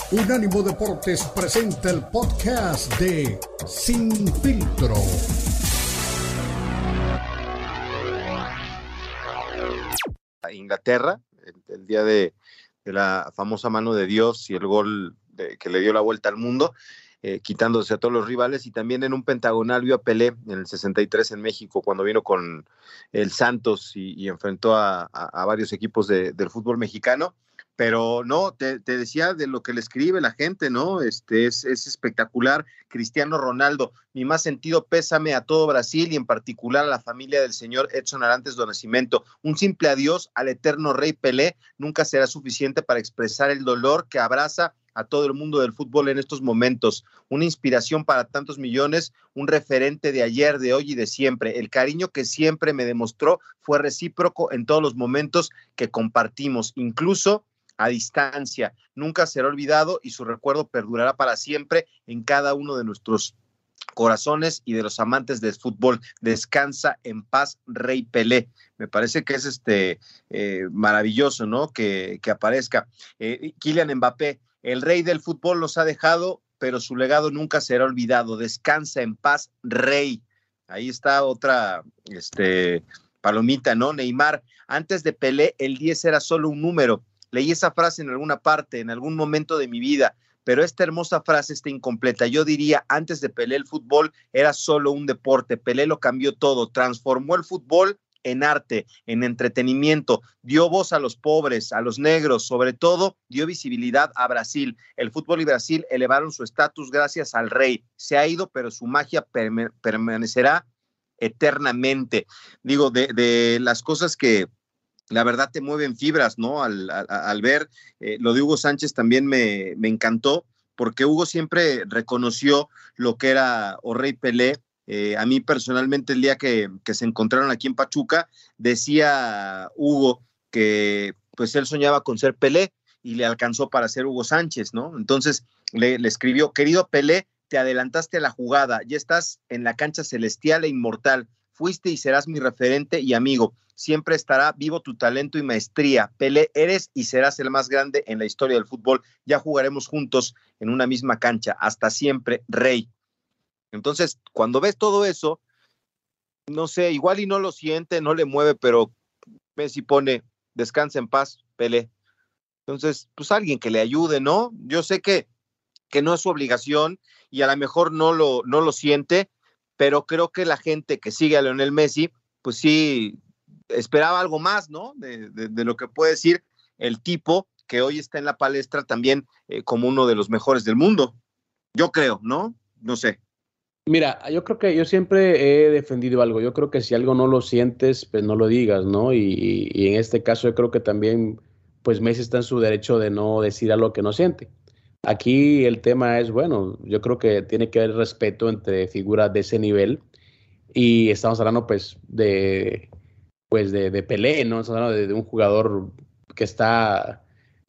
Unánimo Deportes presenta el podcast de Sin Filtro. Inglaterra, el día de la famosa mano de Dios y el gol que le dio la vuelta al mundo, quitándose a todos los rivales, y también en un pentagonal vio a Pelé en el 63 en México, cuando vino con el Santos y enfrentó a varios equipos del fútbol mexicano. Pero no, te decía de lo que le escribe la gente, ¿no? Es espectacular. Cristiano Ronaldo, mi más sentido pésame a todo Brasil y en particular a la familia del señor Edson Arantes do Nascimento. Un simple adiós al eterno rey Pelé nunca será suficiente para expresar el dolor que abraza a todo el mundo del fútbol en estos momentos. Una inspiración para tantos millones, un referente de ayer, de hoy y de siempre. El cariño que siempre me demostró fue recíproco en todos los momentos que compartimos, incluso a distancia. Nunca será olvidado y su recuerdo perdurará para siempre en cada uno de nuestros corazones y de los amantes del fútbol. Descansa en paz, Rey Pelé. Me parece que es maravilloso, ¿no? Que aparezca. Kylian Mbappé, el rey del fútbol nos ha dejado, pero su legado nunca será olvidado. Descansa en paz, Rey. Ahí está otra palomita, ¿no? Neymar, antes de Pelé, el 10 era solo un número. Leí esa frase en alguna parte, en algún momento de mi vida, pero esta hermosa frase está incompleta. Yo diría, antes de Pelé el fútbol era solo un deporte. Pelé lo cambió todo, transformó el fútbol en arte, en entretenimiento, dio voz a los pobres, a los negros, sobre todo dio visibilidad a Brasil. El fútbol y Brasil elevaron su estatus gracias al rey. Se ha ido, pero su magia permanecerá eternamente. Digo, de las cosas que la verdad te mueven fibras, ¿no? Al ver lo de Hugo Sánchez también me encantó, porque Hugo siempre reconoció lo que era o Rey Pelé. A mí personalmente el día que se encontraron aquí en Pachuca, decía Hugo que pues él soñaba con ser Pelé y le alcanzó para ser Hugo Sánchez, ¿no? Entonces le escribió, querido Pelé, te adelantaste a la jugada, ya estás en la cancha celestial e inmortal, fuiste y serás mi referente y amigo. Siempre estará vivo tu talento y maestría. Pelé, eres y serás el más grande en la historia del fútbol. Ya jugaremos juntos en una misma cancha. Hasta siempre, Rey. Entonces, cuando ves todo eso, no sé, igual y no lo siente, no le mueve, pero Messi pone, descansa en paz, Pelé. Entonces, pues alguien que le ayude, ¿no? Yo sé que no es su obligación y a lo mejor no lo siente, pero creo que la gente que sigue a Lionel Messi, pues sí esperaba algo más, ¿no? De lo que puede decir el tipo que hoy está en la palestra también como uno de los mejores del mundo. Yo creo, ¿no? No sé. Mira, yo creo que yo siempre he defendido algo. Yo creo que si algo no lo sientes, pues no lo digas, ¿no? Y en este caso yo creo que también, pues Messi está en su derecho de no decir algo que no siente. Aquí el tema es, bueno, yo creo que tiene que haber respeto entre figuras de ese nivel y estamos hablando de Pelé, ¿no? Estamos hablando de un jugador que está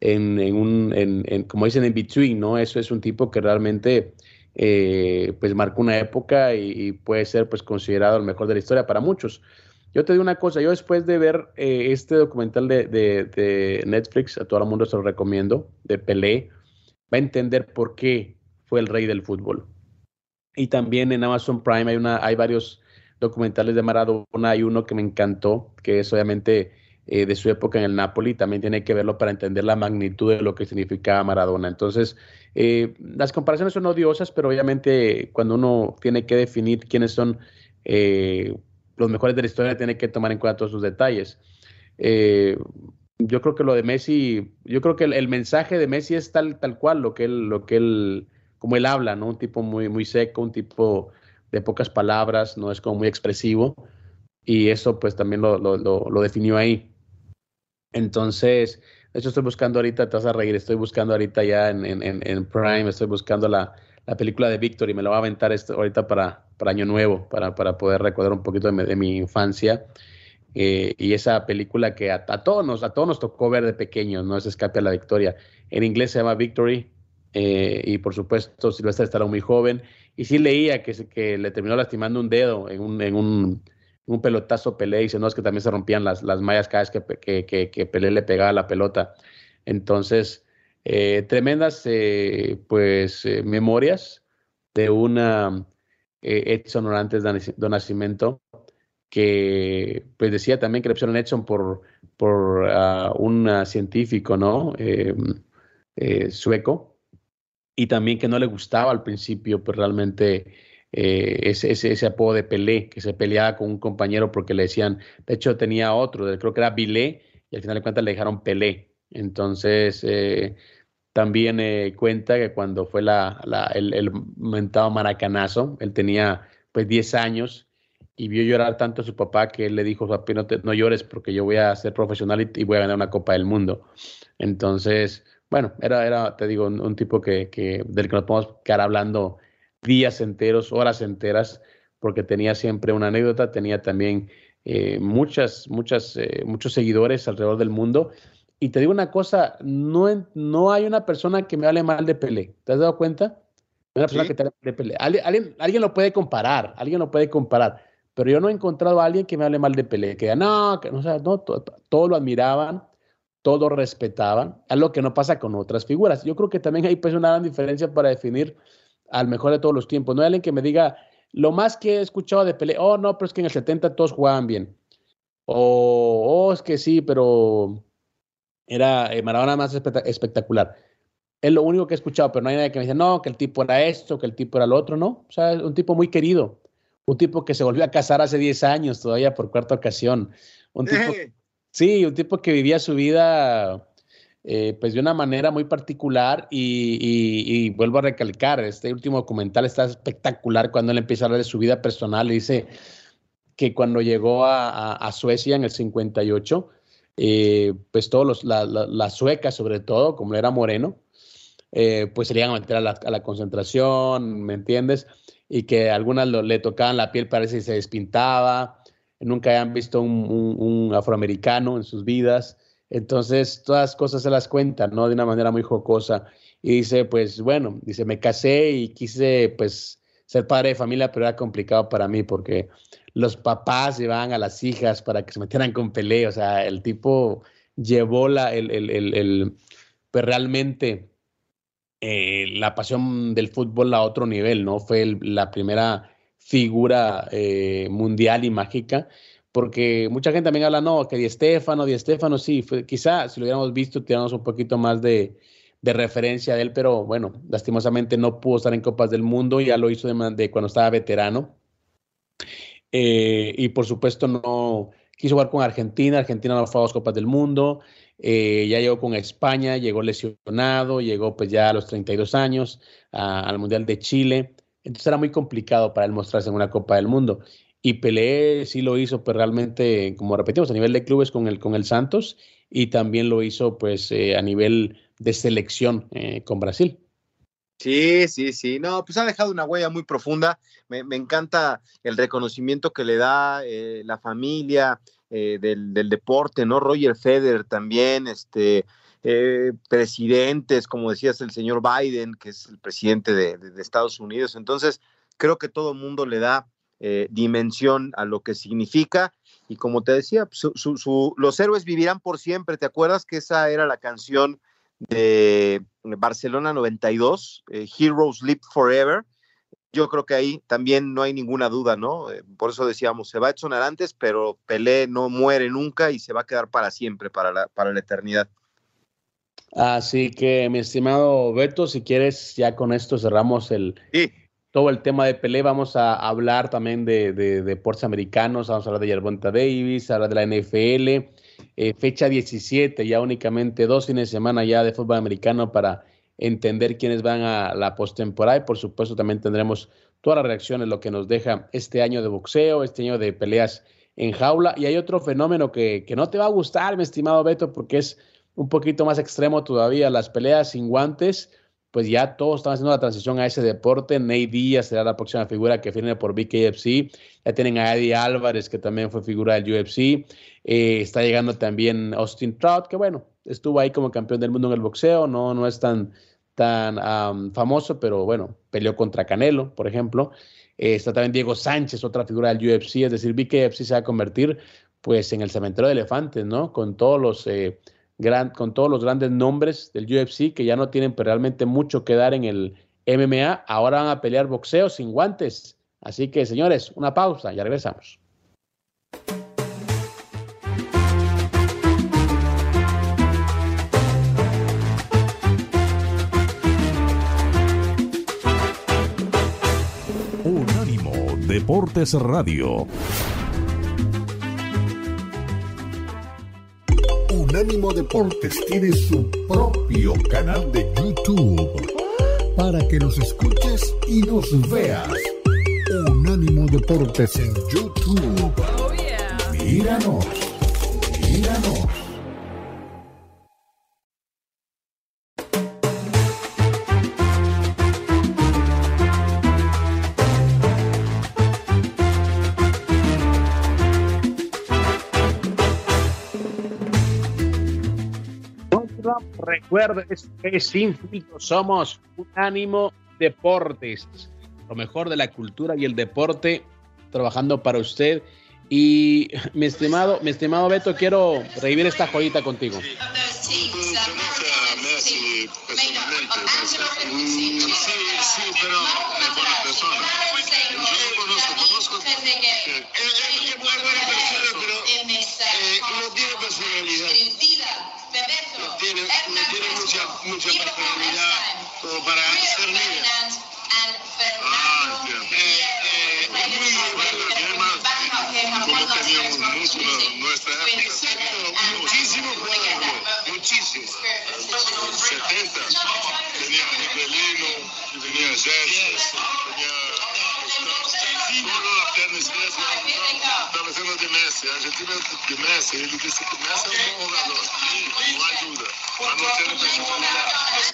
como dicen, en between, ¿no? Eso es un tipo que realmente pues marcó una época y puede ser pues considerado el mejor de la historia para muchos. Yo te digo una cosa, yo después de ver este documental de Netflix, a todo el mundo se lo recomiendo, de Pelé, va a entender por qué fue el rey del fútbol. Y también en Amazon Prime hay varios documentales de Maradona. Hay uno que me encantó, que es obviamente de su época en el Napoli. También tiene que verlo para entender la magnitud de lo que significaba Maradona. Entonces, las comparaciones son odiosas, pero obviamente cuando uno tiene que definir quiénes son los mejores de la historia, tiene que tomar en cuenta todos sus detalles. Yo creo que lo de Messi, yo creo que el mensaje de Messi es tal cual como él habla, ¿no? Un tipo muy, muy seco, un tipo de pocas palabras, no es como muy expresivo, y eso pues también lo definió ahí. Entonces, de hecho estoy buscando ahorita, te vas a reír, estoy buscando ahorita ya en Prime, estoy buscando la película de Victory, me la voy a aventar ahorita para Año Nuevo, para poder recordar un poquito de mi infancia. Y esa película que a todos nos tocó ver de pequeños, ¿no? Es Escape a la Victoria. En inglés se llama Victory, y por supuesto Sylvester Stallone muy joven. Y sí leía que le terminó lastimando un dedo en un pelotazo Pelé, y dice, no, es que también se rompían las mallas cada vez que Pelé le pegaba la pelota. Entonces, Tremendas memorias de una Edson Orantes do Nascimento, que pues decía también que le pusieron Edson por un científico, ¿no? Sueco, y también que no le gustaba al principio, pues realmente ese apodo de Pelé, que se peleaba con un compañero porque le decían, de hecho tenía otro, creo que era Vilé, y al final de cuentas le dejaron Pelé. Entonces, también cuenta que cuando fue el mentado maracanazo, él tenía pues 10 años y vio llorar tanto a su papá que él le dijo, papi, no llores porque yo voy a ser profesional y voy a ganar una Copa del Mundo. Entonces, bueno, era te digo, un tipo del que nos podemos quedar hablando días enteros, horas enteras, porque tenía siempre una anécdota, tenía también muchos seguidores alrededor del mundo. Y te digo una cosa, no hay una persona que me hable mal de Pelé. ¿Te has dado cuenta? Una persona Sí. que te hable mal de Pelé. Alguien lo puede comparar, pero yo no he encontrado a alguien que me hable mal de Pelé, que diga, no, o sea, no, todo lo admiraban, todo respetaban, algo que no pasa con otras figuras. Yo creo que también hay pues una gran diferencia para definir al mejor de todos los tiempos. No hay alguien que me diga, lo más que he escuchado de Pelé, oh, no, pero es que en el 70 todos jugaban bien. Es que sí, pero era Maradona más espectacular. Es lo único que he escuchado, pero no hay nadie que me dice, no, que el tipo era esto, que el tipo era lo otro, ¿no? O sea, es un tipo muy querido, un tipo que se volvió a casar hace 10 años todavía por cuarta ocasión, un tipo, sí, un tipo que vivía su vida pues de una manera muy particular y vuelvo a recalcar, este último documental está espectacular cuando él empieza a hablar de su vida personal y dice que cuando llegó a Suecia en el 58, pues todos las suecas sobre todo, como era moreno, pues se le iban a meter a la concentración, ¿me entiendes? Y que algunas le tocaban la piel, parece que se despintaba, nunca habían visto un afroamericano en sus vidas, entonces todas las cosas se las cuentan, ¿no? De una manera muy jocosa. Y dice, pues bueno, dice, me casé y quise pues ser padre de familia, pero era complicado para mí porque los papás llevaban a las hijas para que se metieran con Pelé, o sea, el tipo llevó pues realmente la pasión del fútbol a otro nivel, ¿no? Fue la primera figura mundial y mágica, porque mucha gente también habla, no, que Di Stéfano, sí, quizá si lo hubiéramos visto, tuviéramos un poquito más de referencia de él, pero bueno, lastimosamente no pudo estar en Copas del Mundo, ya lo hizo de cuando estaba veterano. Y por supuesto no quiso jugar con Argentina no fue a 2 Copas del Mundo, ya llegó con España, llegó lesionado, llegó pues ya a los 32 años al Mundial de Chile, entonces era muy complicado para él mostrarse en una Copa del Mundo. Y Pelé sí lo hizo, pues realmente, como repetimos, a nivel de clubes con el Santos y también lo hizo pues a nivel de selección con Brasil. Sí, sí, sí. No, pues ha dejado una huella muy profunda. Me encanta el reconocimiento que le da la familia del deporte, ¿no? Roger Federer también, presidentes, como decías, el señor Biden, que es el presidente de Estados Unidos. Entonces, creo que todo el mundo le da dimensión a lo que significa. Y como te decía, los héroes vivirán por siempre. ¿Te acuerdas que esa era la canción de Barcelona 92, Heroes Live Forever? Yo creo que ahí también no hay ninguna duda, ¿no? Por eso decíamos, se va Edson Arantes, pero Pelé no muere nunca y se va a quedar para siempre, para la eternidad. Así que, mi estimado Beto, si quieres, ya con esto cerramos Sí. todo el tema de Pelé. Vamos a hablar también de deportes americanos, vamos a hablar de Gervonta Davis, hablar de la NFL, fecha 17, ya únicamente 2 fines de semana ya de fútbol americano para entender quiénes van a la postemporada y por supuesto también tendremos todas las reacciones, lo que nos deja este año de boxeo, este año de peleas en jaula. Y hay otro fenómeno que no te va a gustar, mi estimado Beto, porque es un poquito más extremo todavía, las peleas sin guantes, pues ya todos están haciendo la transición a ese deporte. Nate Diaz será la próxima figura que firme por BKFC. Ya tienen a Eddie Álvarez, que también fue figura del UFC. Está llegando también Austin Trout, que bueno, estuvo ahí como campeón del mundo en el boxeo. No es tan famoso, pero bueno, peleó contra Canelo, por ejemplo. Está también Diego Sánchez, otra figura del UFC. Es decir, BKFC se va a convertir pues en el cementerio de elefantes, ¿no? Con todos los con todos los grandes nombres del UFC que ya no tienen realmente mucho que dar en el MMA. Ahora van a pelear boxeo sin guantes. Así que, señores, una pausa, ya regresamos. Unánimo Deportes Radio. Unánimo Deportes tiene su propio canal de YouTube para que nos escuches y nos veas. Unánimo Deportes en YouTube. Oh, yeah. Míranos. Recuerda, es Sin Filtro, somos Unánimo Deportes, lo mejor de la cultura y el deporte, trabajando para usted. Y mi estimado Beto, quiero revivir esta joyita contigo. Sí, pero buena persona. Yo lo conozco. Es muy buena persona, pero no tiene personalidad. No tiene mucha personalidad como para ser líder. Muy bueno, además, como teníamos músculos en nuestra época, muchísimo jugadores, muchísimo. 70, tenía Rivelino, tenía Jets, tenía estaba haciendo de Messi, a Argentina de Messi, ele disse que Messi é bom jogador, no hay duda, a no ser personalidad.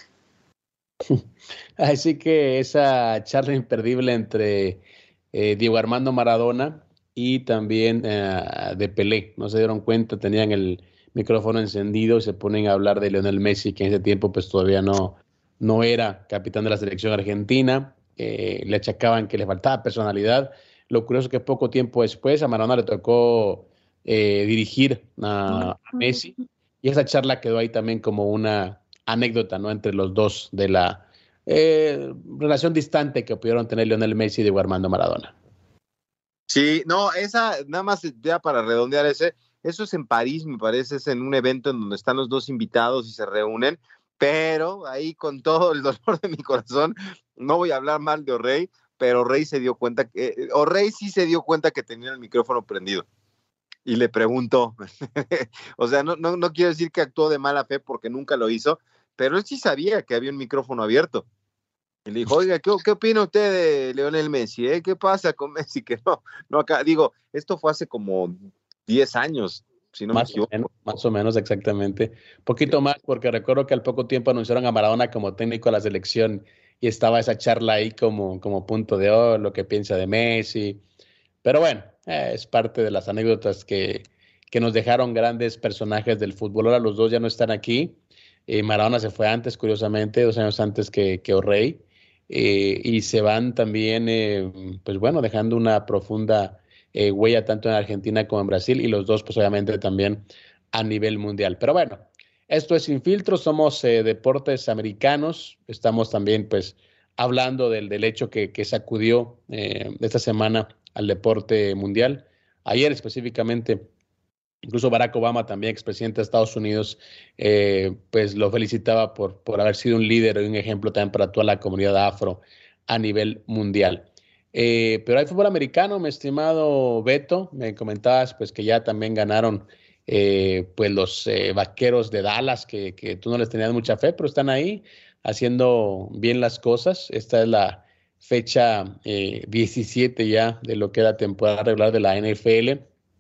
Así que esa charla imperdible entre Diego Armando Maradona y también de Pelé, no se dieron cuenta, tenían el micrófono encendido y se ponen a hablar de Lionel Messi, que en ese tiempo pues todavía no era capitán de la selección argentina. Le achacaban que le faltaba personalidad. Lo curioso es que poco tiempo después a Maradona le tocó dirigir a Messi, y esa charla quedó ahí también como una anécdota, ¿no?, entre los dos de la relación distante que pudieron tener Lionel Messi y Diego Armando Maradona. Sí, no, esa, nada más ya para redondear eso es en París, me parece, es en un evento en donde están los dos invitados y se reúnen, pero ahí con todo el dolor de mi corazón, no voy a hablar mal de O'Reilly, pero O'Reilly sí se dio cuenta que tenía el micrófono prendido y le preguntó, o sea, no quiero decir que actuó de mala fe porque nunca lo hizo, pero él sí sabía que había un micrófono abierto. Y le dijo, oiga, ¿qué opina usted de Lionel Messi? ¿Qué pasa con Messi? Que no acá, digo, esto fue hace como 10 años, si no me equivoco. Más o menos, exactamente. Poquito más, porque recuerdo que al poco tiempo anunciaron a Maradona como técnico de la selección y estaba esa charla ahí como punto de lo que piensa de Messi. Pero bueno, es parte de las anécdotas que nos dejaron grandes personajes del fútbol. Ahora los dos ya no están aquí. Maradona se fue antes, curiosamente, 2 años antes que O'Reilly. Y se van también, pues bueno, dejando una profunda huella tanto en Argentina como en Brasil, y los dos pues obviamente también a nivel mundial. Pero bueno, esto es Sin Filtro, somos deportes americanos, estamos también pues hablando del hecho que sacudió esta semana al deporte mundial. Ayer específicamente, incluso Barack Obama, también expresidente de Estados Unidos, pues lo felicitaba por haber sido un líder y un ejemplo también para toda la comunidad afro a nivel mundial. Pero hay fútbol americano, mi estimado Beto, me comentabas pues que ya también ganaron pues los Vaqueros de Dallas, que tú no les tenías mucha fe, pero están ahí haciendo bien las cosas. Esta es la fecha 17 ya de lo que era temporada regular de la NFL.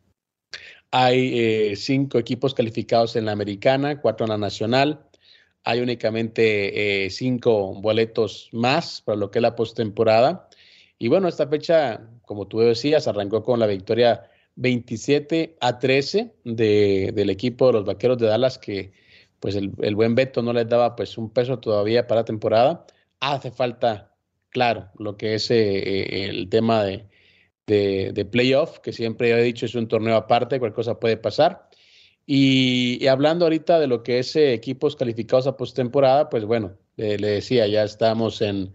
Hay 5 equipos calificados en la americana, 4 en la nacional. Hay únicamente 5 boletos más para lo que es la postemporada. Y bueno, esta fecha, como tú decías, arrancó con la victoria 27-13 del equipo de los Vaqueros de Dallas, que pues el buen Beto no les daba pues un peso todavía para la temporada. Hace falta, claro, lo que es el tema de playoff, que siempre he dicho es un torneo aparte, cualquier cosa puede pasar. Y hablando ahorita de lo que es equipos calificados a postemporada, pues bueno, le decía, ya estamos en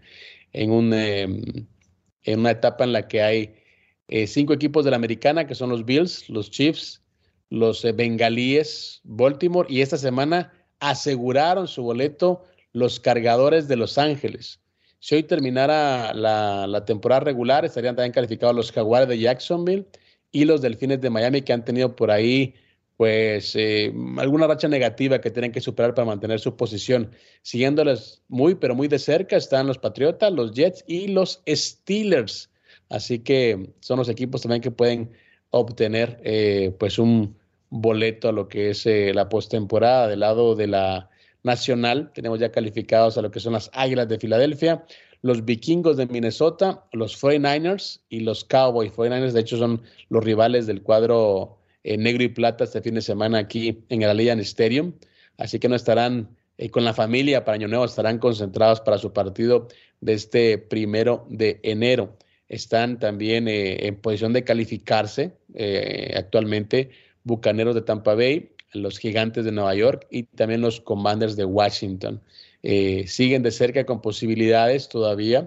una etapa en la que hay 5 equipos de la Americana, que son los Bills, los Chiefs, los Bengalíes, Baltimore, y esta semana aseguraron su boleto los Cargadores de Los Ángeles. Si hoy terminara la temporada regular, estarían también calificados los Jaguares de Jacksonville y los Delfines de Miami, que han tenido por ahí pues alguna racha negativa que tienen que superar para mantener su posición. Siguiéndoles muy, pero muy de cerca están los Patriotas, los Jets y los Steelers. Así que son los equipos también que pueden obtener pues un boleto a lo que es la postemporada. Del lado de la nacional tenemos ya calificados a lo que son las Águilas de Filadelfia, los Vikingos de Minnesota, los 49ers y los Cowboys. 49ers de hecho son los rivales del cuadro negro y plata este fin de semana aquí en el Allegiant Stadium, así que no estarán con la familia para Año Nuevo, estarán concentrados para su partido de este 1 de enero. Están también en posición de calificarse actualmente Bucaneros de Tampa Bay, los Gigantes de Nueva York y también los Commanders de Washington. Siguen de cerca con posibilidades todavía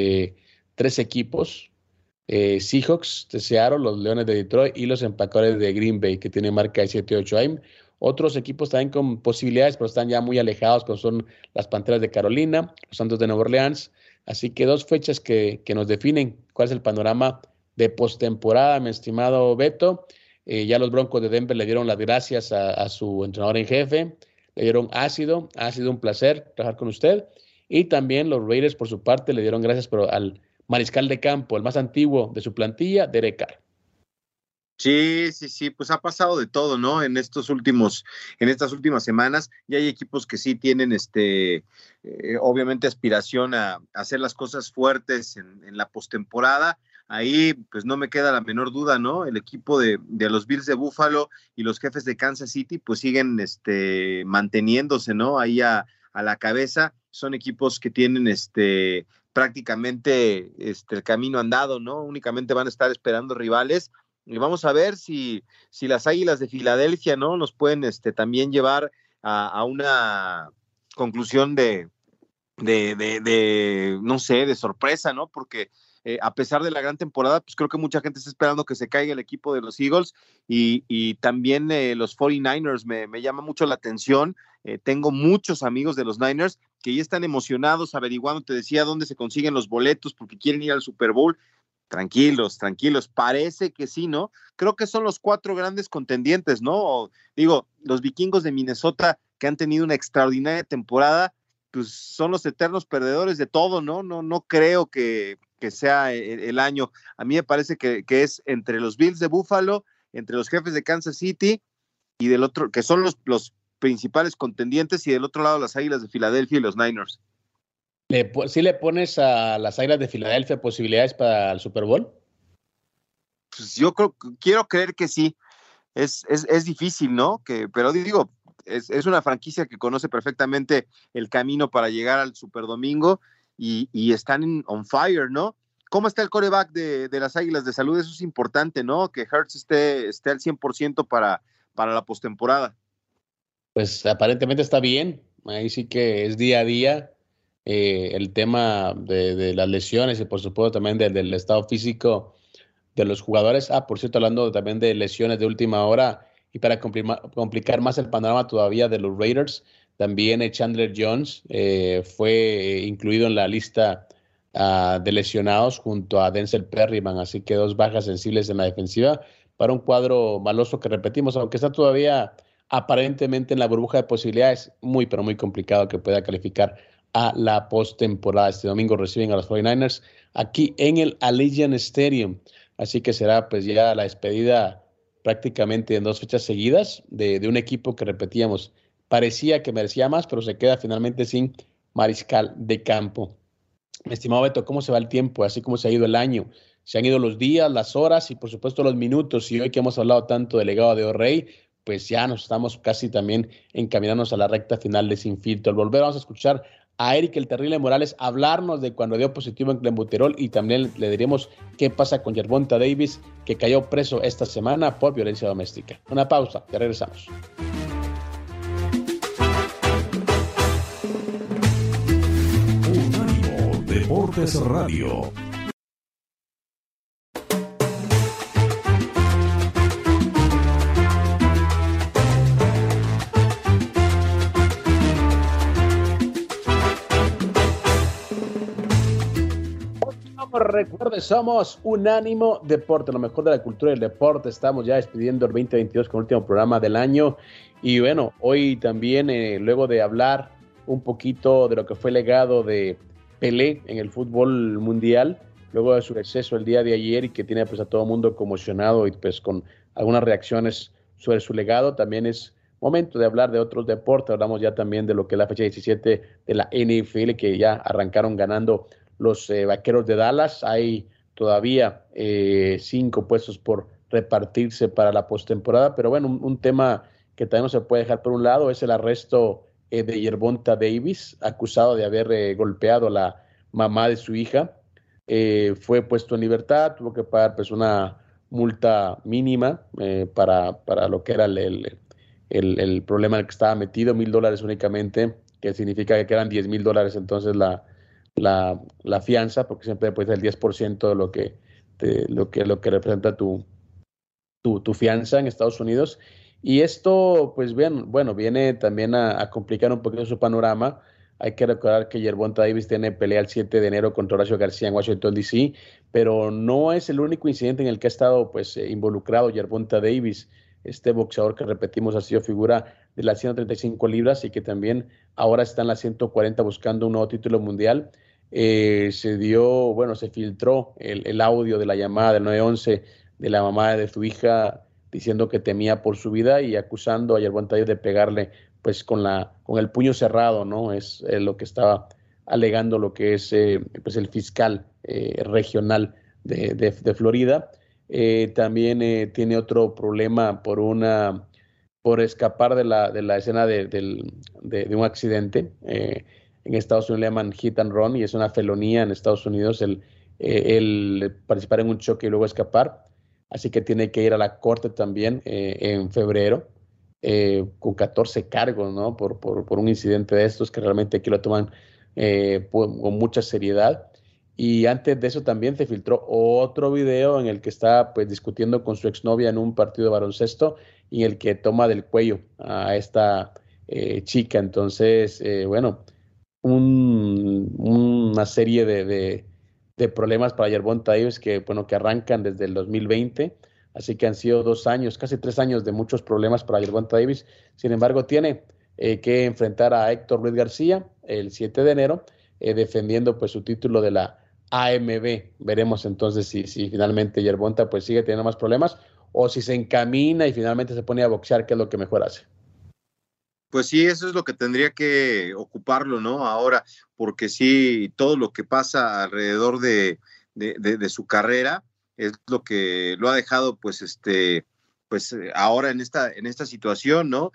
3 equipos, Seahawks de Seattle, los Leones de Detroit y los Empacadores de Green Bay, que tienen marca de 7-8. Hay otros equipos también con posibilidades, pero están ya muy alejados, como son las Panteras de Carolina, los Santos de Nueva Orleans. Así que 2 fechas que nos definen cuál es el panorama de postemporada, mi estimado Beto. Ya los Broncos de Denver le dieron las gracias a su entrenador en jefe, le dieron ácido, ha sido un placer trabajar con usted. Y también los Raiders, por su parte, le dieron gracias al mariscal de campo, el más antiguo de su plantilla, Derek Carr. Sí, pues ha pasado de todo, ¿no? En estas últimas semanas, y hay equipos que sí tienen obviamente aspiración a hacer las cosas fuertes en la postemporada. Ahí, pues no me queda la menor duda, ¿no? El equipo de los Bills de Buffalo y los Jefes de Kansas City, pues siguen manteniéndose, ¿no? Ahí a la cabeza. Son equipos que tienen prácticamente el camino andado, ¿no? Únicamente van a estar esperando rivales. Y vamos a ver si las Águilas de Filadelfia, ¿no? Nos pueden también llevar a una conclusión de no sé, de sorpresa, ¿no? Porque a pesar de la gran temporada, pues creo que mucha gente está esperando que se caiga el equipo de los Eagles y también los 49ers me llama mucho la atención. Tengo muchos amigos de los Niners que ya están emocionados averiguando, te decía, dónde se consiguen los boletos porque quieren ir al Super Bowl. Tranquilos, parece que sí, ¿no? Creo que son los 4 grandes contendientes, ¿no? Digo, los Vikingos de Minnesota, que han tenido una extraordinaria temporada, pues son los eternos perdedores de todo, ¿no? No creo que sea el año. A mí me parece que es entre los Bills de Buffalo, entre los Jefes de Kansas City y del otro, que son los principales contendientes, y del otro lado las Águilas de Filadelfia y los Niners. ¿Sí le pones a las Águilas de Filadelfia posibilidades para el Super Bowl? Pues yo quiero creer que sí. Es difícil, ¿no? Pero digo, es una franquicia que conoce perfectamente el camino para llegar al Super Domingo y están on fire, ¿no? ¿Cómo está el quarterback de las Águilas de Salud? Eso es importante, ¿no? Que Hurts esté al 100% para la postemporada. Pues aparentemente está bien. Ahí sí que es día a día. El tema de las lesiones y por supuesto también del estado físico de los jugadores. Por cierto, hablando también de lesiones de última hora y para complicar más el panorama todavía de los Raiders, también Chandler Jones fue incluido en la lista de lesionados junto a Denzel Perryman, así que 2 bajas sensibles en la defensiva para un cuadro maloso que repetimos, aunque está todavía aparentemente en la burbuja de posibilidades, muy pero muy complicado que pueda calificar a la postemporada. Este domingo reciben a los 49ers aquí en el Allegiant Stadium. Así que será pues ya la despedida prácticamente en 2 fechas seguidas de un equipo que repetíamos, parecía que merecía más, pero se queda finalmente sin mariscal de campo. Mi estimado Beto, ¿cómo se va el tiempo? Así como se ha ido el año. Se han ido los días, las horas y por supuesto los minutos. Y hoy que hemos hablado tanto del legado de O'Reilly, pues ya nos estamos casi también encaminándonos a la recta final de Sin Filtro. Al volver vamos a escuchar a Eric el Terrible Morales hablarnos de cuando dio positivo en clenbuterol, y también le diremos qué pasa con Gervonta Davis, que cayó preso esta semana por violencia doméstica. Una pausa, ya regresamos. Unánimo Deportes Radio. Recuerde, somos Unánimo Deporte, lo mejor de la cultura y el deporte. Estamos ya despidiendo el 2022 con el último programa del año. Y bueno, hoy también, luego de hablar un poquito de lo que fue el legado de Pelé en el fútbol mundial, luego de su exceso el día de ayer, y que tiene pues a todo el mundo conmocionado y pues con algunas reacciones sobre su legado, también es momento de hablar de otros deportes. Hablamos ya también de lo que es la fecha 17 de la NFL, que ya arrancaron ganando los Vaqueros de Dallas. Hay todavía 5 puestos por repartirse para la postemporada, pero bueno, un tema que también no se puede dejar por un lado es el arresto de Gervonta Davis, acusado de haber golpeado a la mamá de su hija. Fue puesto en libertad, tuvo que pagar pues una multa mínima para lo que era el problema en el que estaba metido, $1,000 únicamente, que significa que eran $10,000 entonces la fianza, porque siempre puede ser el 10% de lo que representa tu fianza en Estados Unidos. Y esto, pues bien, bueno, viene también a complicar un poquito su panorama. Hay que recordar que Gervonta Davis tiene pelea el 7 de enero contra Horacio García en Washington, D.C., pero no es el único incidente en el que ha estado pues, involucrado Gervonta Davis, este boxeador que, repetimos, ha sido figura de las 135 libras y que también ahora está en las 140 buscando un nuevo título mundial. Se filtró el audio de la llamada del 911 de la mamá de su hija, diciendo que temía por su vida y acusando a Gervonta Davis de pegarle pues con el puño cerrado, ¿no? Es lo que estaba alegando lo que es pues el fiscal regional de Florida. También tiene otro problema por escapar de la escena de un accidente. En Estados Unidos le llaman hit and run, y es una felonía en Estados Unidos el participar en un choque y luego escapar. Así que tiene que ir a la corte también en febrero, con 14 cargos, ¿no? Por un incidente de estos, que realmente aquí lo toman con mucha seriedad. Y antes de eso también se filtró otro video en el que está pues discutiendo con su exnovia en un partido de baloncesto, y en el que toma del cuello a esta chica. Entonces, una serie de problemas para Gervonta Davis que arrancan desde el 2020, así que han sido 2 años, casi 3 años de muchos problemas para Gervonta Davis. Sin embargo, tiene que enfrentar a Héctor Luis García el 7 de enero, defendiendo pues su título de la AMB. Veremos entonces si finalmente Gervonta pues sigue teniendo más problemas, o si se encamina y finalmente se pone a boxear, que es lo que mejor hace. Pues sí, eso es lo que tendría que ocuparlo, ¿no? Ahora, porque sí, todo lo que pasa alrededor de su carrera es lo que lo ha dejado, pues, ahora en esta situación, ¿no?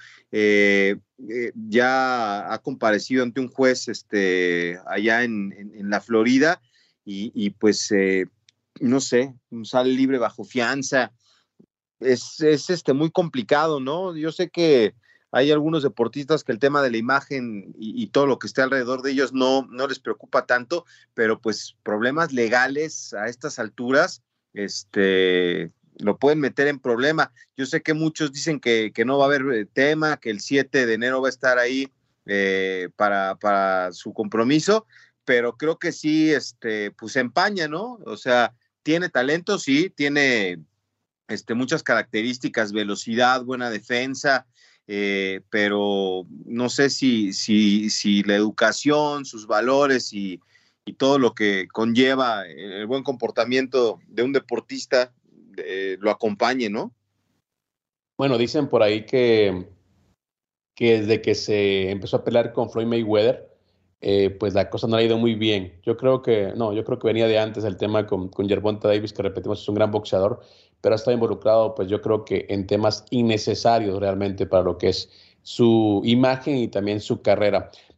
Ya ha comparecido ante un juez, allá en la Florida, y pues, no sé, sale libre bajo fianza. Es muy complicado, ¿no? Yo sé que hay algunos deportistas que el tema de la imagen y todo lo que esté alrededor de ellos no les preocupa tanto, pero pues problemas legales a estas alturas, lo pueden meter en problema. Yo sé que muchos dicen que no va a haber tema, que el 7 de enero va a estar ahí para su compromiso, pero creo que sí, pues se empaña, ¿no? O sea, tiene talento, sí, tiene muchas características, velocidad, buena defensa, pero no sé si la educación, sus valores y todo lo que conlleva el buen comportamiento de un deportista lo acompañe, ¿no? Bueno, dicen por ahí que desde que se empezó a pelear con Floyd Mayweather, pues la cosa no le ha ido muy bien. Yo creo que venía de antes el tema con Gervonta Davis, que repetimos es un gran boxeador, pero ha estado involucrado, pues yo creo que en temas innecesarios realmente para lo que es su imagen y también su carrera.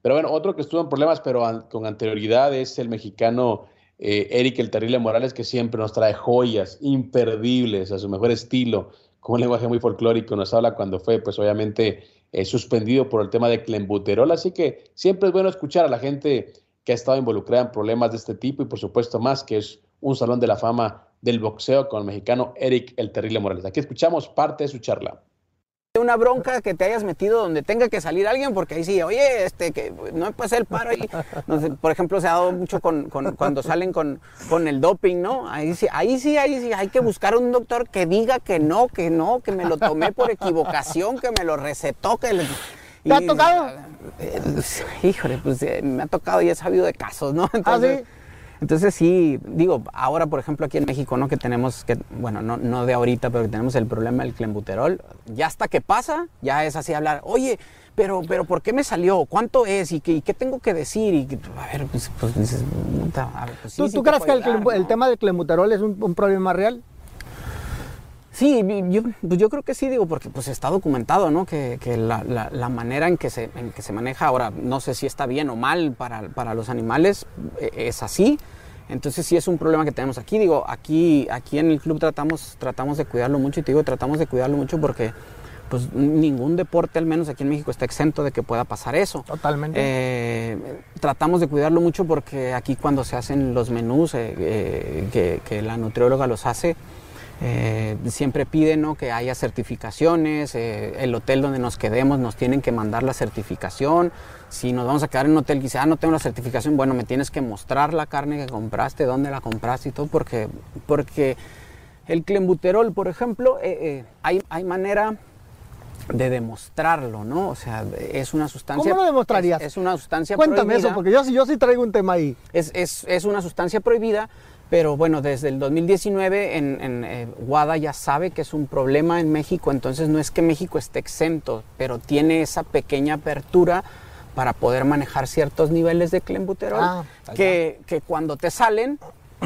Pero bueno, otro que estuvo en problemas, pero con anterioridad, es el mexicano Eric el Terrible Morales, que siempre nos trae joyas imperdibles a su mejor estilo, con un lenguaje muy folclórico. Nos habla cuando fue, pues obviamente, suspendido por el tema de clenbuterol. Así que siempre es bueno escuchar a la gente que ha estado involucrada en problemas de este tipo y, por supuesto, más, que es un salón de la fama del boxeo con el mexicano Eric el Terrible Morales. Aquí escuchamos parte de su charla. Una bronca que te hayas metido donde tenga que salir alguien, porque ahí sí, oye, que no me pasé el paro ahí. No sé, por ejemplo, se ha dado mucho cuando salen con el doping, ¿no? Ahí sí, hay que buscar un doctor que diga que no, que me lo tomé por equivocación, que me lo recetó, que... ¿Te ha tocado? Híjole, pues me ha tocado y he sabido de casos, ¿no? Entonces, ¿sí? Entonces sí, digo, ahora por ejemplo aquí en México, ¿no? Que tenemos, bueno, no de ahorita, pero que tenemos el problema del clenbuterol, ya hasta que pasa, ya es así hablar, oye, pero ¿por qué me salió? ¿Cuánto es? ¿Y qué tengo que decir? Y a ver, pues dices, a ver, pues sí, ¿Tú crees que el tema del clenbuterol es un problema real? Sí, yo creo que sí, digo, porque pues está documentado, ¿no? Que la manera en que se maneja ahora, no sé si está bien o mal para los animales, es así. Entonces sí es un problema que tenemos aquí. Digo, aquí en el club tratamos de cuidarlo mucho, y te digo, tratamos de cuidarlo mucho porque pues ningún deporte, al menos aquí en México, está exento de que pueda pasar eso. Totalmente. Tratamos de cuidarlo mucho porque aquí cuando se hacen los menús, que la nutrióloga los hace, siempre piden, ¿no? Que haya certificaciones, el hotel donde nos quedemos nos tienen que mandar la certificación. Si nos vamos a quedar en un hotel y dice, no tengo la certificación, bueno, me tienes que mostrar la carne que compraste, dónde la compraste y todo, porque el clenbuterol, por ejemplo, hay manera de demostrarlo, ¿no? O sea, es una sustancia... ¿Cómo lo demostrarías? Es una sustancia Cuéntame prohibida. Eso, porque yo sí traigo un tema ahí. Es una sustancia prohibida. Pero bueno, desde el 2019 en WADA ya sabe que es un problema en México, entonces no es que México esté exento, pero tiene esa pequeña apertura para poder manejar ciertos niveles de clenbuterol, que cuando te salen,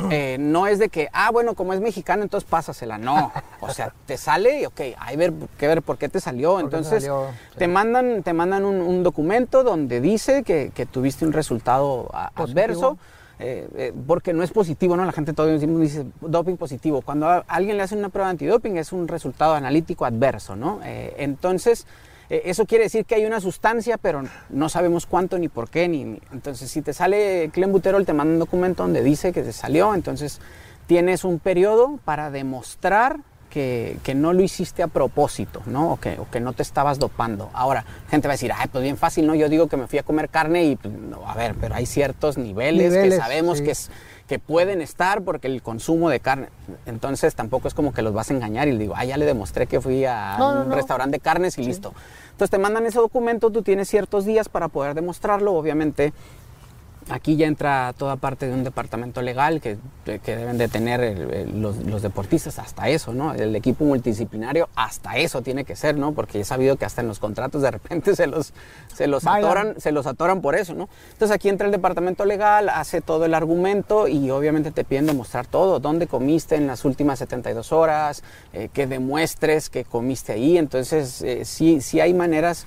no es de que, bueno, como es mexicano, entonces pásasela, no. O sea, te sale y hay que ver por qué te salió. Entonces te mandan un documento donde dice que tuviste un resultado adverso. Porque no es positivo, ¿no? La gente todavía dice doping positivo. Cuando a alguien le hacen una prueba de antidoping es un resultado analítico adverso, ¿no? Entonces, eso quiere decir que hay una sustancia, pero no sabemos cuánto ni por qué. Entonces, si te sale clenbuterol, te mandan un documento donde dice que te salió. Entonces, tienes un periodo para demostrar que no lo hiciste a propósito, ¿no? O que no te estabas dopando. Ahora, gente va a decir, pues bien fácil, ¿no? Yo digo que me fui a comer carne y, pues, no, a ver, pero hay ciertos niveles que sabemos que pueden estar porque el consumo de carne. Entonces, tampoco es como que los vas a engañar y le digo, ya le demostré que fui a un restaurante de carnes y listo. Entonces, te mandan ese documento, tú tienes ciertos días para poder demostrarlo, obviamente. Aquí ya entra toda parte de un departamento legal que deben de tener los deportistas, hasta eso, ¿no? El equipo multidisciplinario, hasta eso tiene que ser, ¿no? Porque he sabido que hasta en los contratos de repente se los atoran por eso, ¿no? Entonces aquí entra el departamento legal, hace todo el argumento y obviamente te piden demostrar todo, dónde comiste en las últimas 72 horas, que demuestres que comiste ahí. Entonces sí hay maneras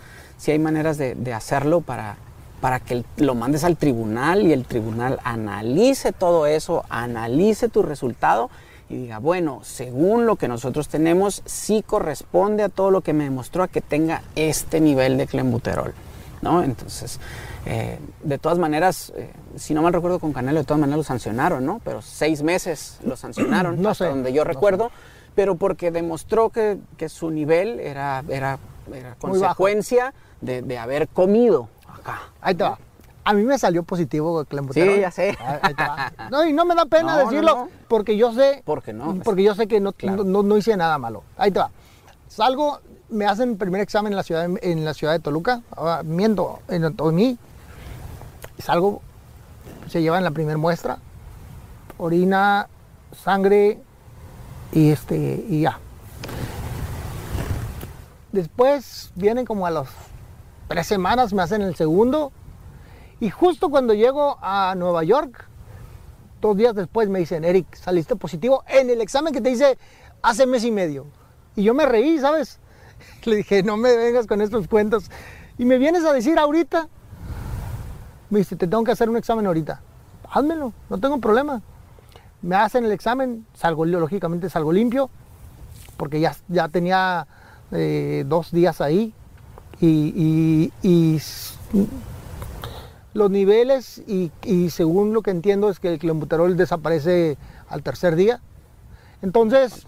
de hacerlo para que lo mandes al tribunal y el tribunal analice todo eso, analice tu resultado y diga, bueno, según lo que nosotros tenemos, sí corresponde a todo lo que me demostró a que tenga este nivel de clenbuterol, ¿no? Entonces, de todas maneras, si no mal recuerdo con Canelo, de todas maneras lo sancionaron, ¿no? Pero 6 meses lo sancionaron, hasta donde yo recuerdo, pero porque demostró que su nivel era consecuencia de haber comido. Ahí te va. A mí me salió positivo clenbuterol. Sí, ya sé. Ahí te va. No, y no me da pena decirlo, porque yo sé. ¿Por qué no? Porque yo sé que no hice nada malo. Ahí te va. Salgo, me hacen el primer examen en la ciudad de Toluca. Miento, en Otomí. Salgo, se llevan la primera muestra. Orina, sangre y ya. Después vienen como a los 3 semanas, me hacen el segundo, y justo cuando llego a Nueva York, 2 días después me dicen, Eric, saliste positivo en el examen que te hice hace mes y medio. Y yo me reí, ¿sabes? Le dije, no me vengas con estos cuentos. Y me vienes a decir ahorita Me dice, te tengo que hacer un examen ahorita. Házmelo, no tengo problema. Me hacen el examen, lógicamente salgo limpio, porque ya tenía 2 días ahí. Y los niveles, y según lo que entiendo, es que el clenbuterol desaparece al 3er día. Entonces,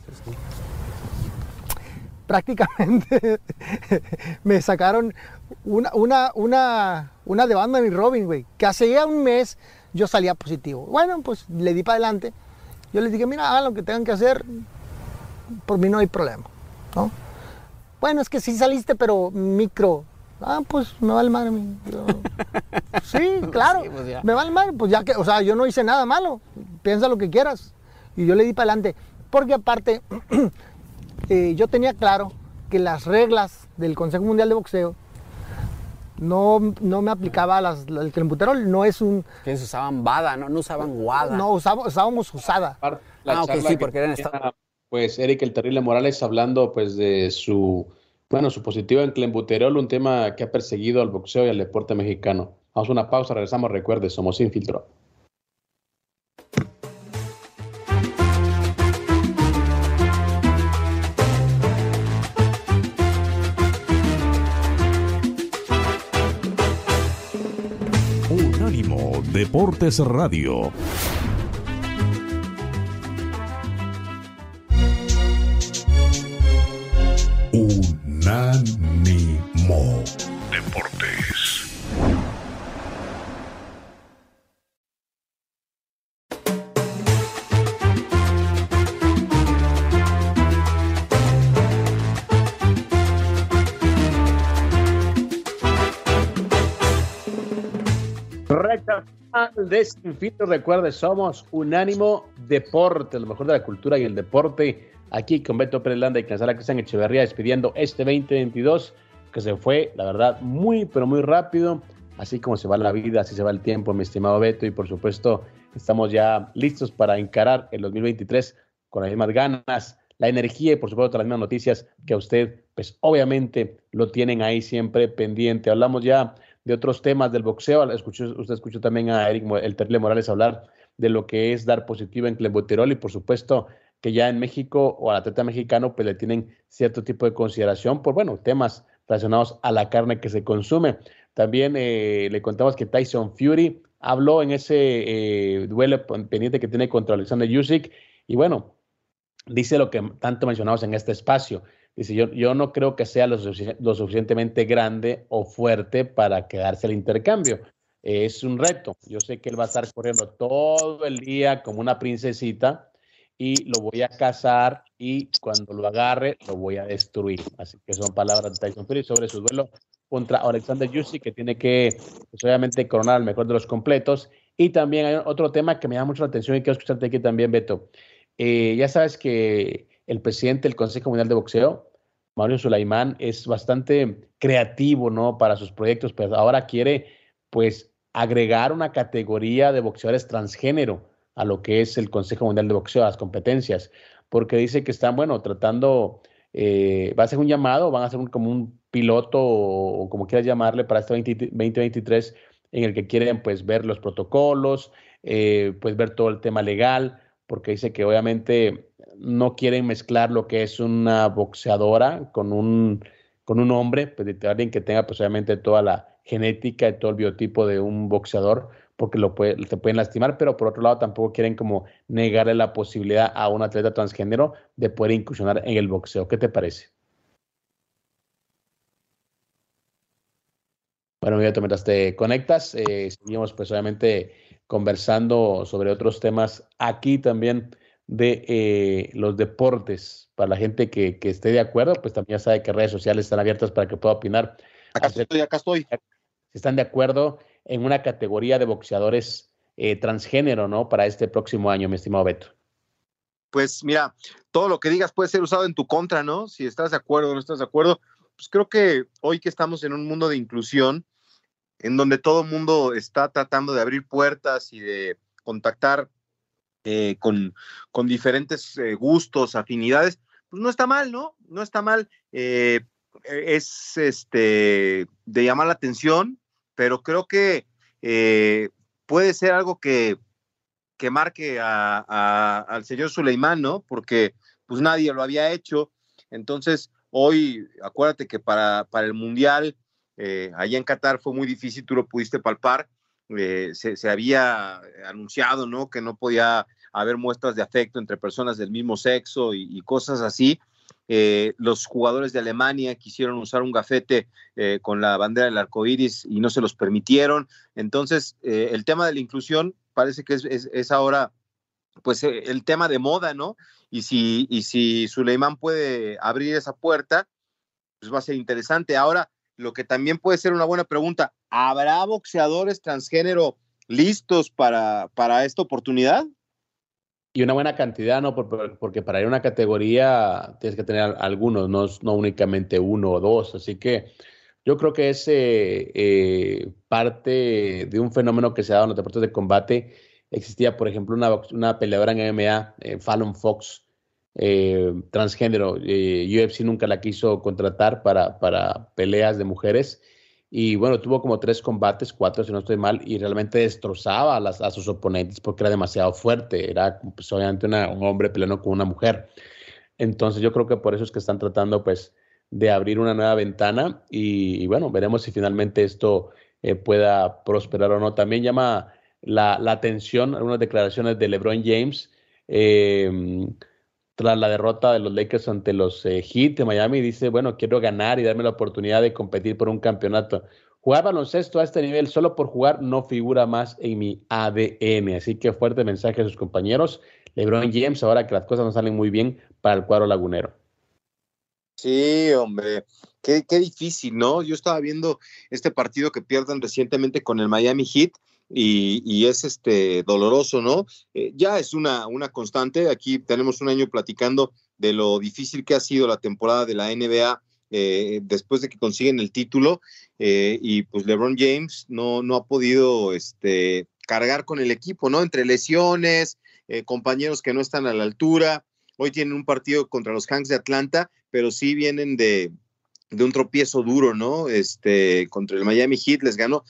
prácticamente me sacaron una de Batman y Robin, güey, que hace ya un mes yo salía positivo. Bueno, pues le di para adelante. Yo les dije, mira, hagan lo que tengan que hacer, por mí no hay problema, ¿no? Bueno, es que sí saliste, pero micro. Pues me vale madre. Sí, claro, sí, pues me vale madre. Pues ya que, o sea, yo no hice nada malo. Piensa lo que quieras. Y yo le di para adelante. Porque aparte, yo tenía claro que las reglas del Consejo Mundial de Boxeo no me aplicaba el clenbuterol. No es un... Que usaban BADA, no usaban WADA. No, usábamos USADA. Ok, sí, porque eran estados. Pues Eric el Terrible Morales hablando pues de su positivo en clenbuterol, un tema que ha perseguido al boxeo y al deporte mexicano. Vamos a una pausa, regresamos, recuerde, somos Sin Filtro. Unánimo Deportes Radio. Unánimo Deportes. Recta final de Sin Filtro. Recuerde, somos Unánimo Deportes, lo mejor de la cultura y el deporte. Aquí con Beto Pérez Landa y Cansala Cristian Echeverría despidiendo este 2022 que se fue, la verdad, muy, pero muy rápido. Así como se va la vida, así se va el tiempo, mi estimado Beto. Y por supuesto, estamos ya listos para encarar el 2023 con las mismas ganas, la energía y por supuesto las mismas noticias que a usted, pues obviamente lo tienen ahí siempre pendiente. Hablamos ya de otros temas del boxeo. Usted escuchó también a Eric el Terrible Morales hablar de lo que es dar positivo en clenbuterol y por supuesto que ya en México o al atleta mexicano pues le tienen cierto tipo de consideración por, temas relacionados a la carne que se consume. También le contamos que Tyson Fury habló en ese duelo pendiente que tiene contra Alexander Usyk y dice lo que tanto mencionamos en este espacio. Dice, yo no creo que sea lo suficientemente grande o fuerte para quedarse al intercambio. Es un reto. Yo sé que él va a estar corriendo todo el día como una princesita y lo voy a cazar y cuando lo agarre lo voy a destruir. Así que son palabras de Tyson Fury sobre su duelo contra Alexander Usyk, que tiene que pues, obviamente coronar al mejor de los completos. Y también hay otro tema que me llama mucho la atención y quiero escucharte aquí también, Beto. Ya sabes que el presidente del Consejo Mundial de Boxeo, Mauricio Sulaimán, es bastante creativo, ¿no? Para sus proyectos, pero ahora quiere pues agregar una categoría de boxeadores transgénero a lo que es el Consejo Mundial de Boxeo, a las competencias, porque dice que están, tratando, va a ser un llamado, van a hacer como un piloto o como quieras llamarle para este 2023 en el que quieren pues ver los protocolos, pues ver todo el tema legal, porque dice que obviamente no quieren mezclar lo que es una boxeadora con un hombre, pues de alguien que tenga pues obviamente toda la genética y todo el biotipo de un boxeador, porque te pueden lastimar, pero por otro lado tampoco quieren como negarle la posibilidad a un atleta transgénero de poder incursionar en el boxeo. ¿Qué te parece? Bueno, mientras te conectas, seguimos pues obviamente conversando sobre otros temas aquí también de los deportes. Para la gente que esté de acuerdo, pues también ya sabe que redes sociales están abiertas para que pueda opinar. Acá estoy. Si están de acuerdo en una categoría de boxeadores transgénero, ¿no? Para este próximo año, mi estimado Beto. Pues mira, todo lo que digas puede ser usado en tu contra, ¿no? Si estás de acuerdo o no estás de acuerdo, pues creo que hoy que estamos en un mundo de inclusión, en donde todo el mundo está tratando de abrir puertas y de contactar con diferentes gustos, afinidades, pues no está mal, ¿no? No está mal. Es de llamar la atención, pero creo que puede ser algo que marque al señor Suleimán, ¿no? Porque pues nadie lo había hecho. Entonces, hoy, acuérdate que para el Mundial, allá en Qatar fue muy difícil, tú lo pudiste palpar, se había anunciado, ¿no? Que no podía haber muestras de afecto entre personas del mismo sexo y cosas así. Los jugadores de Alemania quisieron usar un gafete con la bandera del arco iris y no se los permitieron. Entonces, el tema de la inclusión parece que es ahora pues el tema de moda, ¿no? Y si Suleimán puede abrir esa puerta, pues va a ser interesante. Ahora, lo que también puede ser una buena pregunta, ¿habrá boxeadores transgénero listos para esta oportunidad? Y una buena cantidad, ¿no? Porque para ir a una categoría tienes que tener algunos, no únicamente uno o dos. Así que yo creo que es parte de un fenómeno que se ha dado en los deportes de combate. Existía, por ejemplo, una peleadora en MMA, Fallon Fox, transgénero. UFC nunca la quiso contratar para peleas de mujeres. Y bueno, tuvo como 3 combates, 4 si no estoy mal, y realmente destrozaba a sus oponentes porque era demasiado fuerte. Era pues, obviamente un hombre peleando con una mujer. Entonces yo creo que por eso es que están tratando pues de abrir una nueva ventana y bueno, veremos si finalmente esto pueda prosperar o no. También llama la atención algunas declaraciones de LeBron James tras la derrota de los Lakers ante los Heat de Miami. Dice, bueno, quiero ganar y darme la oportunidad de competir por un campeonato. Jugar baloncesto a este nivel solo por jugar no figura más en mi ADN. Así que fuerte mensaje a sus compañeros. LeBron James, ahora que las cosas no salen muy bien para el cuadro lagunero. Sí, hombre, qué difícil, ¿no? Yo estaba viendo este partido que pierden recientemente con el Miami Heat y es doloroso, ¿no? Ya es una constante. Aquí tenemos un año platicando de lo difícil que ha sido la temporada de la NBA después de que consiguen el título y pues LeBron James no ha podido cargar con el equipo, ¿no? Entre lesiones, compañeros que no están a la altura. Hoy tienen un partido contra los Hawks de Atlanta, pero sí vienen de un tropiezo duro, ¿no? Contra el Miami Heat les ganó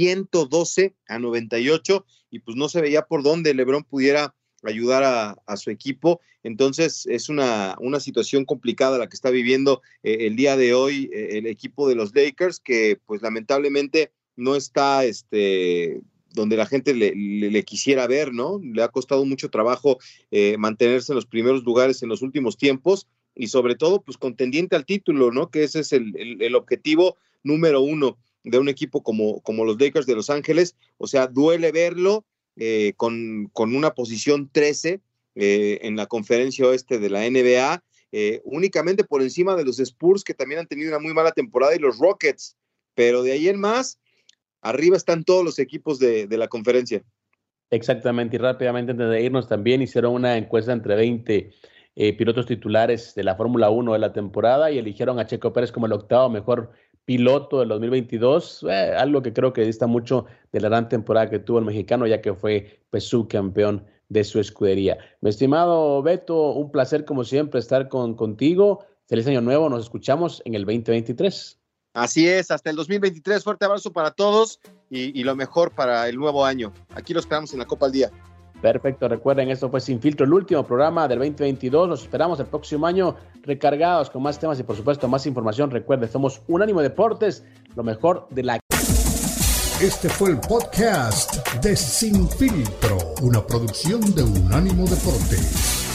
112-98 y pues no se veía por dónde LeBron pudiera ayudar a su equipo. Entonces es una situación complicada la que está viviendo el día de hoy el equipo de los Lakers, que pues lamentablemente no está donde la gente le quisiera ver, ¿no? Le ha costado mucho trabajo mantenerse en los primeros lugares en los últimos tiempos y sobre todo, pues, contendiente al título, ¿no? Que ese es el objetivo número 1 de un equipo como los Lakers de Los Ángeles. O sea, duele verlo con una posición 13 en la conferencia oeste de la NBA, únicamente por encima de los Spurs, que también han tenido una muy mala temporada, y los Rockets, pero de ahí en más, arriba están todos los equipos de la conferencia. Exactamente, y rápidamente antes de irnos también hicieron una encuesta entre 20 pilotos titulares de la Fórmula 1 de la temporada y eligieron a Checo Pérez como el 8º mejor piloto del 2022, algo que creo que dista mucho de la gran temporada que tuvo el mexicano, ya que fue pues, subcampeón de su escudería. Mi estimado Beto, un placer como siempre estar contigo. Feliz año nuevo, nos escuchamos en el 2023. Así es, hasta el 2023. Fuerte abrazo para todos y lo mejor para el nuevo año. Aquí los esperamos en la Copa al Día. Perfecto, recuerden, esto fue Sin Filtro, el último programa del 2022. Los esperamos el próximo año recargados con más temas y por supuesto más información. Recuerden, somos Unánimo Deportes, lo mejor de la... Este fue el podcast de Sin Filtro, una producción de Unánimo Deportes.